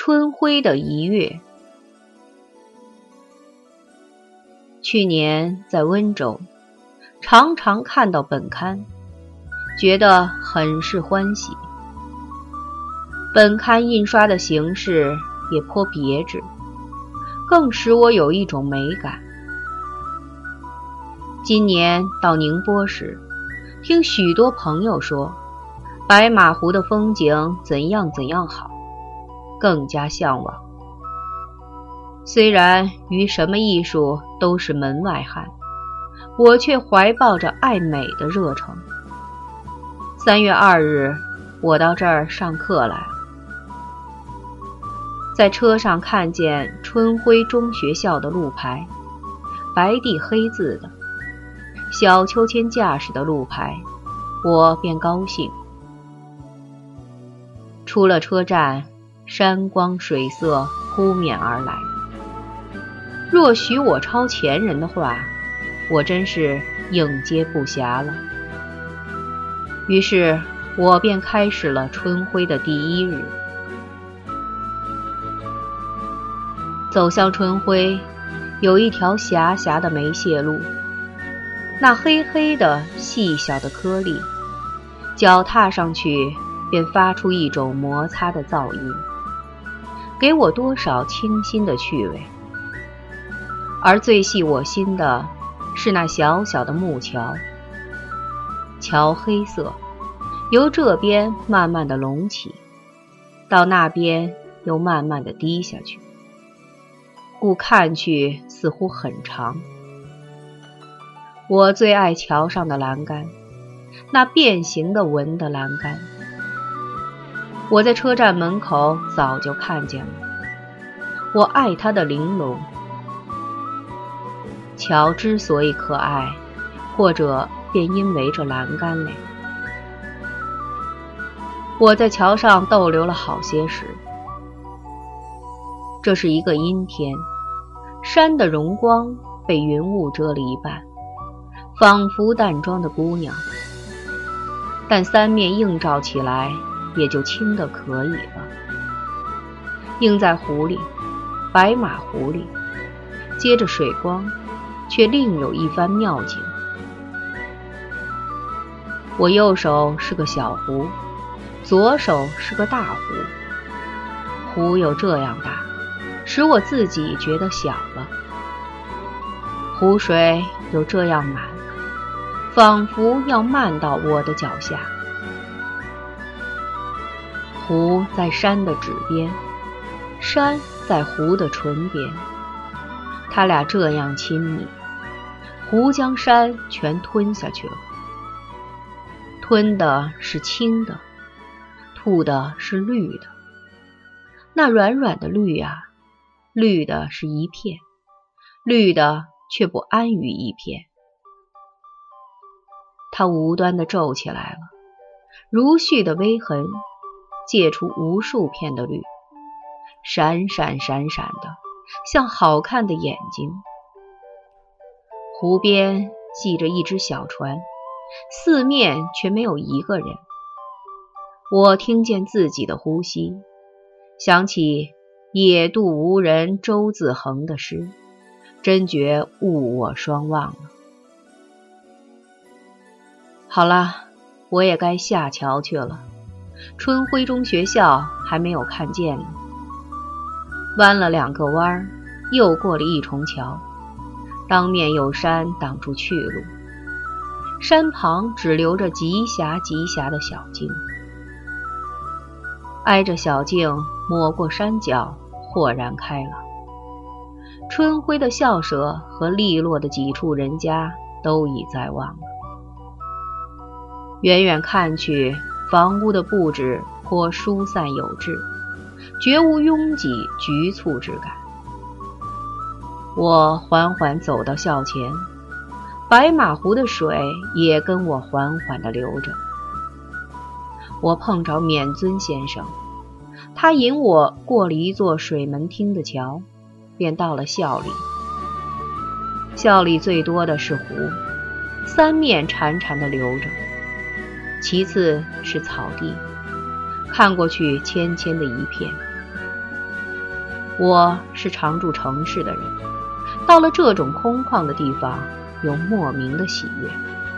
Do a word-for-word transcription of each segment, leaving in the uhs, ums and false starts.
春晖的一月。去年在温州，常常看到本刊，觉得很是欢喜。本刊印刷的形式也颇别致，更使我有一种美感。今年到宁波时，听许多朋友说白马湖的风景怎样怎样好，更加向往。虽然于什么艺术都是门外汉，我却怀抱着爱美的热诚。三月二日，我到这儿上课来了。在车上看见春晖中学校的路牌，白底黑字的，小秋千架势的路牌，我便高兴。出了车站，山光水色扑面而来。若许我超前人的话，我真是应接不暇了。于是我便开始了春晖的第一日。走向春晖，有一条狭狭的煤屑路，那黑黑的细小的颗粒，脚踏上去便发出一种摩擦的噪音，给我多少清新的趣味。而最系我心的是那小小的木桥，桥黑色，由这边慢慢的隆起，到那边又慢慢的低下去，故看去似乎很长。我最爱桥上的栏杆，那变形的纹的栏杆。我在车站门口早就看见了，我爱它的玲珑。桥之所以可爱，或者便因为这栏杆嘞。我在桥上逗留了好些时。这是一个阴天，山的荣光被云雾遮了一半，仿佛淡妆的姑娘，但三面映照起来也就清得可以了。映在湖里，白马湖里，接着水光，却另有一番妙景。我右手是个小湖，左手是个大湖，湖有这样大，使我自己觉得小了。湖水有这样满，仿佛要漫到我的脚下。湖在山的指边，山在湖的唇边，他俩这样亲密，湖将山全吞下去了。吞的是青的，吐的是绿的。那软软的绿啊，绿的是一片，绿的却不安于一片。它无端地皱起来了，如絮的微痕，借出无数片的绿，闪闪闪闪的，像好看的眼睛。湖边系着一只小船，四面却没有一个人。我听见自己的呼吸，想起野渡无人舟自横的诗，真觉物我双忘了。好了，我也该下桥去了。春晖中学校还没有看见呢。弯了两个弯，又过了一重桥，当面有山挡住去路，山旁只留着极狭极狭的小径。挨着小径抹过山脚，豁然开朗。春晖的校舍和利落的几处人家都已在望了。远远看去，房屋的布置颇疏散有致，绝无拥挤局促之感。我缓缓走到校前，白马湖的水也跟我缓缓地流着。我碰着免尊先生，他引我过了一座水门厅的桥，便到了校里。校里最多的是湖，三面潺潺地流着，其次是草地，看过去浅浅的一片。 我是常住城市的人，到了这种空旷的地方，有莫名的喜悦。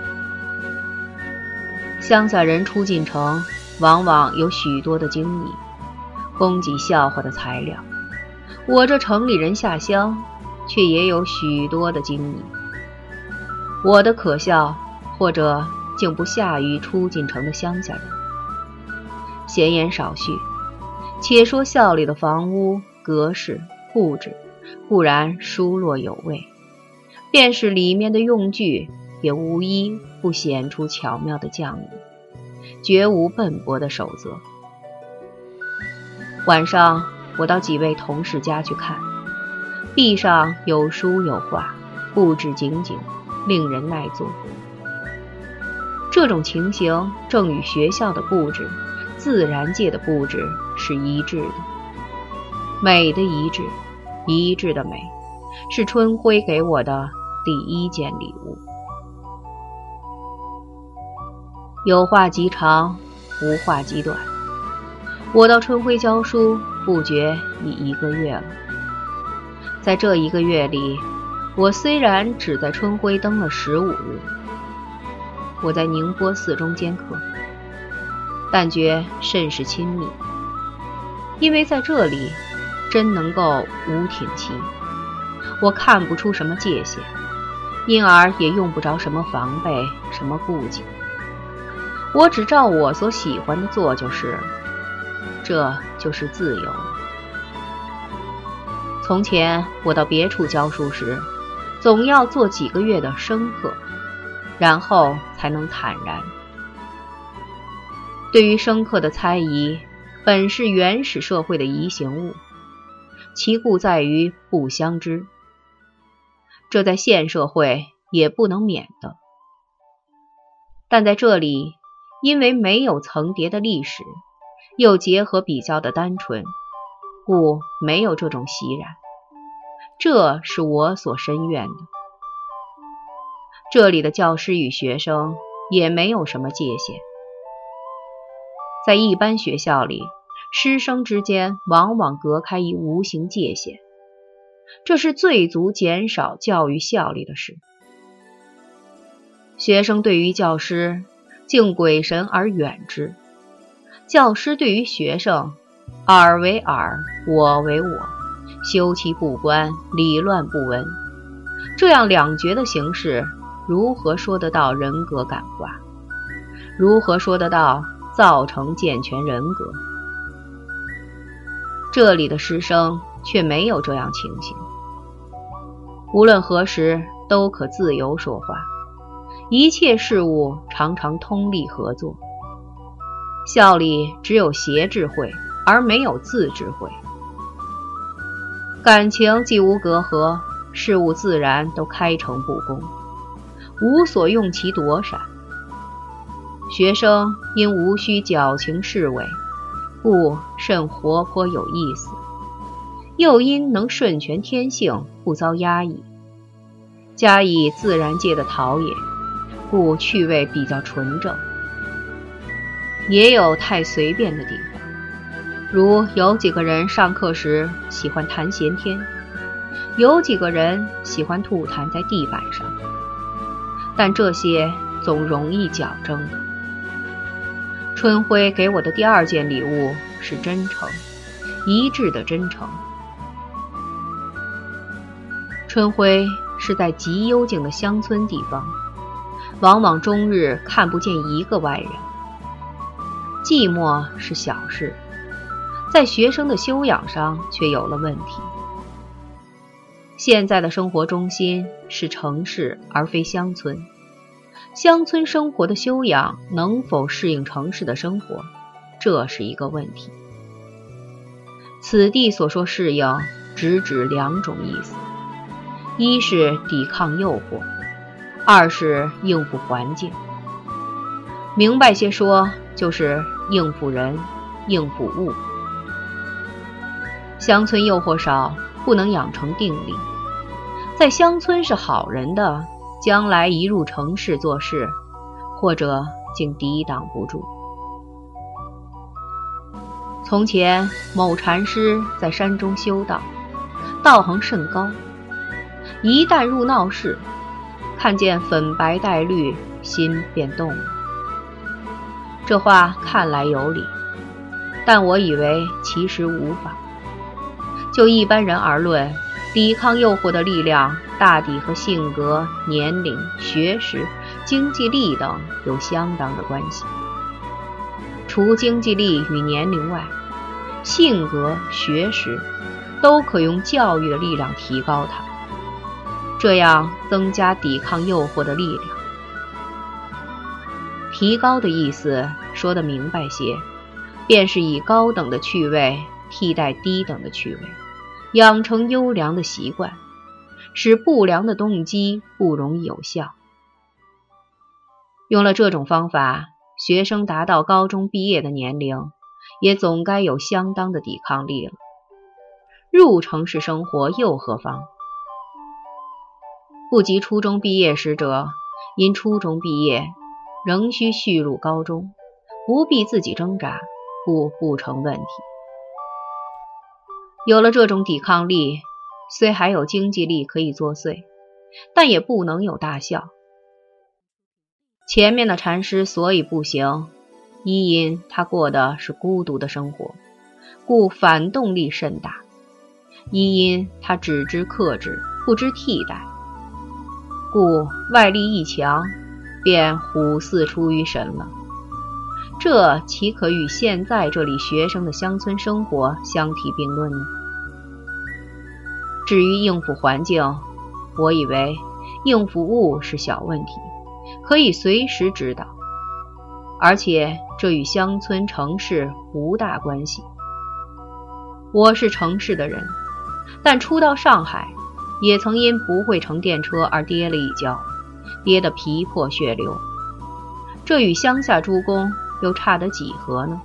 乡下人出进城，往往有许多的惊异，供给笑话的材料。我这城里人下乡，却也有许多的惊异。我的可笑，或者竟不下于出进城的乡下人。闲言少叙，且说校里的房屋格式布置固然疏落有味，便是里面的用具也无一不显出巧妙的匠艺，绝无笨拙的守则。晚上我到几位同事家去看，壁上有书有画，布置井井，令人耐坐。这种情形正与学校的布置、自然界的布置是一致的。美的一致，一致的美，是春晖给我的第一件礼物。有话极长，无话极短。我到春晖教书，不觉已一个月了。在这一个月里，我虽然只在春晖登了十五日，我在宁波寺中间课，但觉甚是亲密，因为在这里真能够无挺旗，我看不出什么界限，因而也用不着什么防备，什么顾忌。我只照我所喜欢的做就是了，这就是自由。从前我到别处教书时，总要做几个月的生课，然后才能坦然。对于生课的猜疑，本是原始社会的移行物，其故在于不相知，这在现社会也不能免的。但在这里，因为没有层叠的历史，又结合比较的单纯，故没有这种习然，这是我所深愿的。这里的教师与学生也没有什么界限。在一般学校里，师生之间往往隔开一无形界限，这是最足减少教育效力的事。学生对于教师敬鬼神而远之，教师对于学生尔为尔，我为我，休戚不关，理乱不闻。这样两绝的形式，如何说得到人格感化？如何说得到造成健全人格？这里的师生却没有这样情形，无论何时都可自由说话，一切事物常常通力合作。校里只有协智慧，而没有自智慧。感情既无隔阂，事物自然都开诚布公，无所用其躲闪。学生因无需矫情饰伪，故甚活泼有意思，又因能顺权天性，不遭压抑，加以自然界的陶冶，故趣味比较纯正。也有太随便的地方，如有几个人上课时喜欢谈闲天，有几个人喜欢吐痰在地板上，但这些总容易矫正的。春晖给我的第二件礼物是真诚，一致的真诚。春晖是在极幽静的乡村地方，往往终日看不见一个外人。寂寞是小事，在学生的修养上却有了问题。现在的生活中心是城市而非乡村，乡村生活的修养能否适应城市的生活，这是一个问题。此地所说适应，只指两种意思：一是抵抗诱惑，二是应付环境。明白些说，就是应付人，应付物。乡村诱惑少，不能养成定力。在乡村是好人的，将来一入城市做事，或者竟抵挡不住。 从前某禅师在山中修道，道行甚高，一旦入闹市，看见粉白带绿，心便动了。这话看来有理，但我以为其实无法。就一般人而论，抵抗诱惑的力量大抵和性格、年龄、学识、经济力等有相当的关系。除经济力与年龄外，性格、学识都可用教育的力量提高它，这样增加抵抗诱惑的力量。提高的意思说得明白些，便是以高等的趣味替代低等的趣味，养成优良的习惯，使不良的动机不容易有效。用了这种方法，学生达到高中毕业的年龄，也总该有相当的抵抗力了。入城市生活又何妨？不及初中毕业时者，因初中毕业仍需续入高中，不必自己挣扎，故不成问题。有了这种抵抗力，虽还有经济力可以作祟，但也不能有大效。前面的禅师所以不行，一因他过的是孤独的生活，故反动力甚大；一因他只知克制，不知替代，故外力一强，便虎似出于神了。这岂可与现在这里学生的乡村生活相提并论呢？至于应付环境，我以为应付物是小问题，可以随时指导，而且这与乡村城市无大关系。我是城市的人，但初到上海，也曾因不会乘电车而跌了一跤，跌得皮破血流。这与乡下诸公又差得几何呢？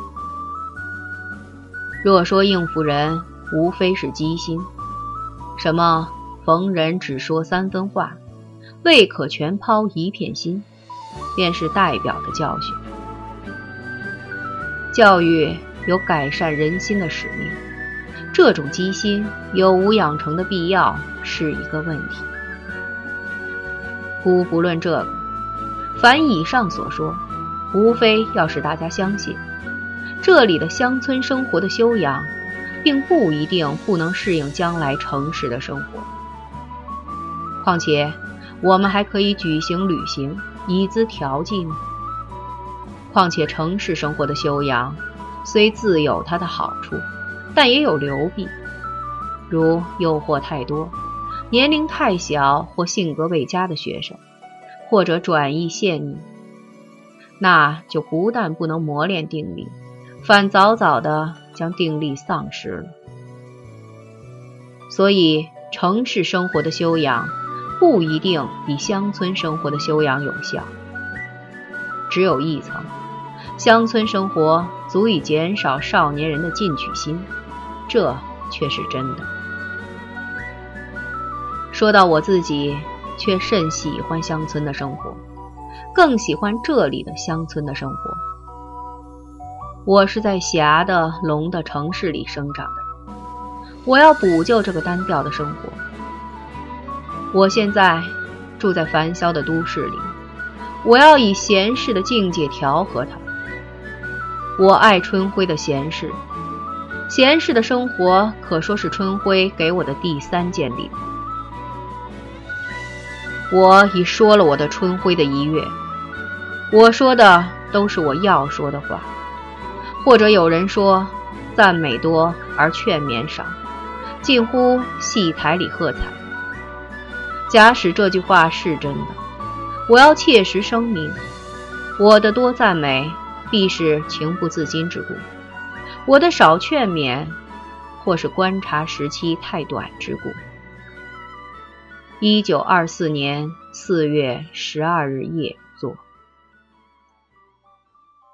若说应付人，无非是机心，什么逢人只说三分话，未可全抛一片心，便是代表的教训。教育有改善人心的使命，这种机心有无养成的必要是一个问题。姑不论这个，凡以上所说，无非要使大家相信，这里的乡村生活的修养，并不一定不能适应将来城市的生活。况且我们还可以举行旅行，以资调剂呢。况且城市生活的修养，虽自有它的好处，但也有流弊，如诱惑太多、年龄太小或性格未佳的学生，或者转移陷溺，那就不但不能磨练定力，反早早的将定力丧失了。所以城市生活的修养不一定比乡村生活的修养有效。只有一层，乡村生活足以减少少年人的进取心，这却是真的。说到我自己，却甚喜欢乡村的生活，更喜欢这里的乡村的生活。我是在狭的聋的城市里生长的，我要补救这个单调的生活。我现在住在繁嚣的都市里，我要以闲适的境界调和它。我爱春晖的闲适，闲适的生活可说是春晖给我的第三件礼物。我已说了我的春晖的一跃，我说的都是我要说的话，或者有人说赞美多而劝勉少，近乎戏台里喝彩。假使这句话是真的，我要切实声明，我的多赞美必是情不自禁之故，我的少劝勉或是观察时期太短之故。一九二四年四月十二日夜。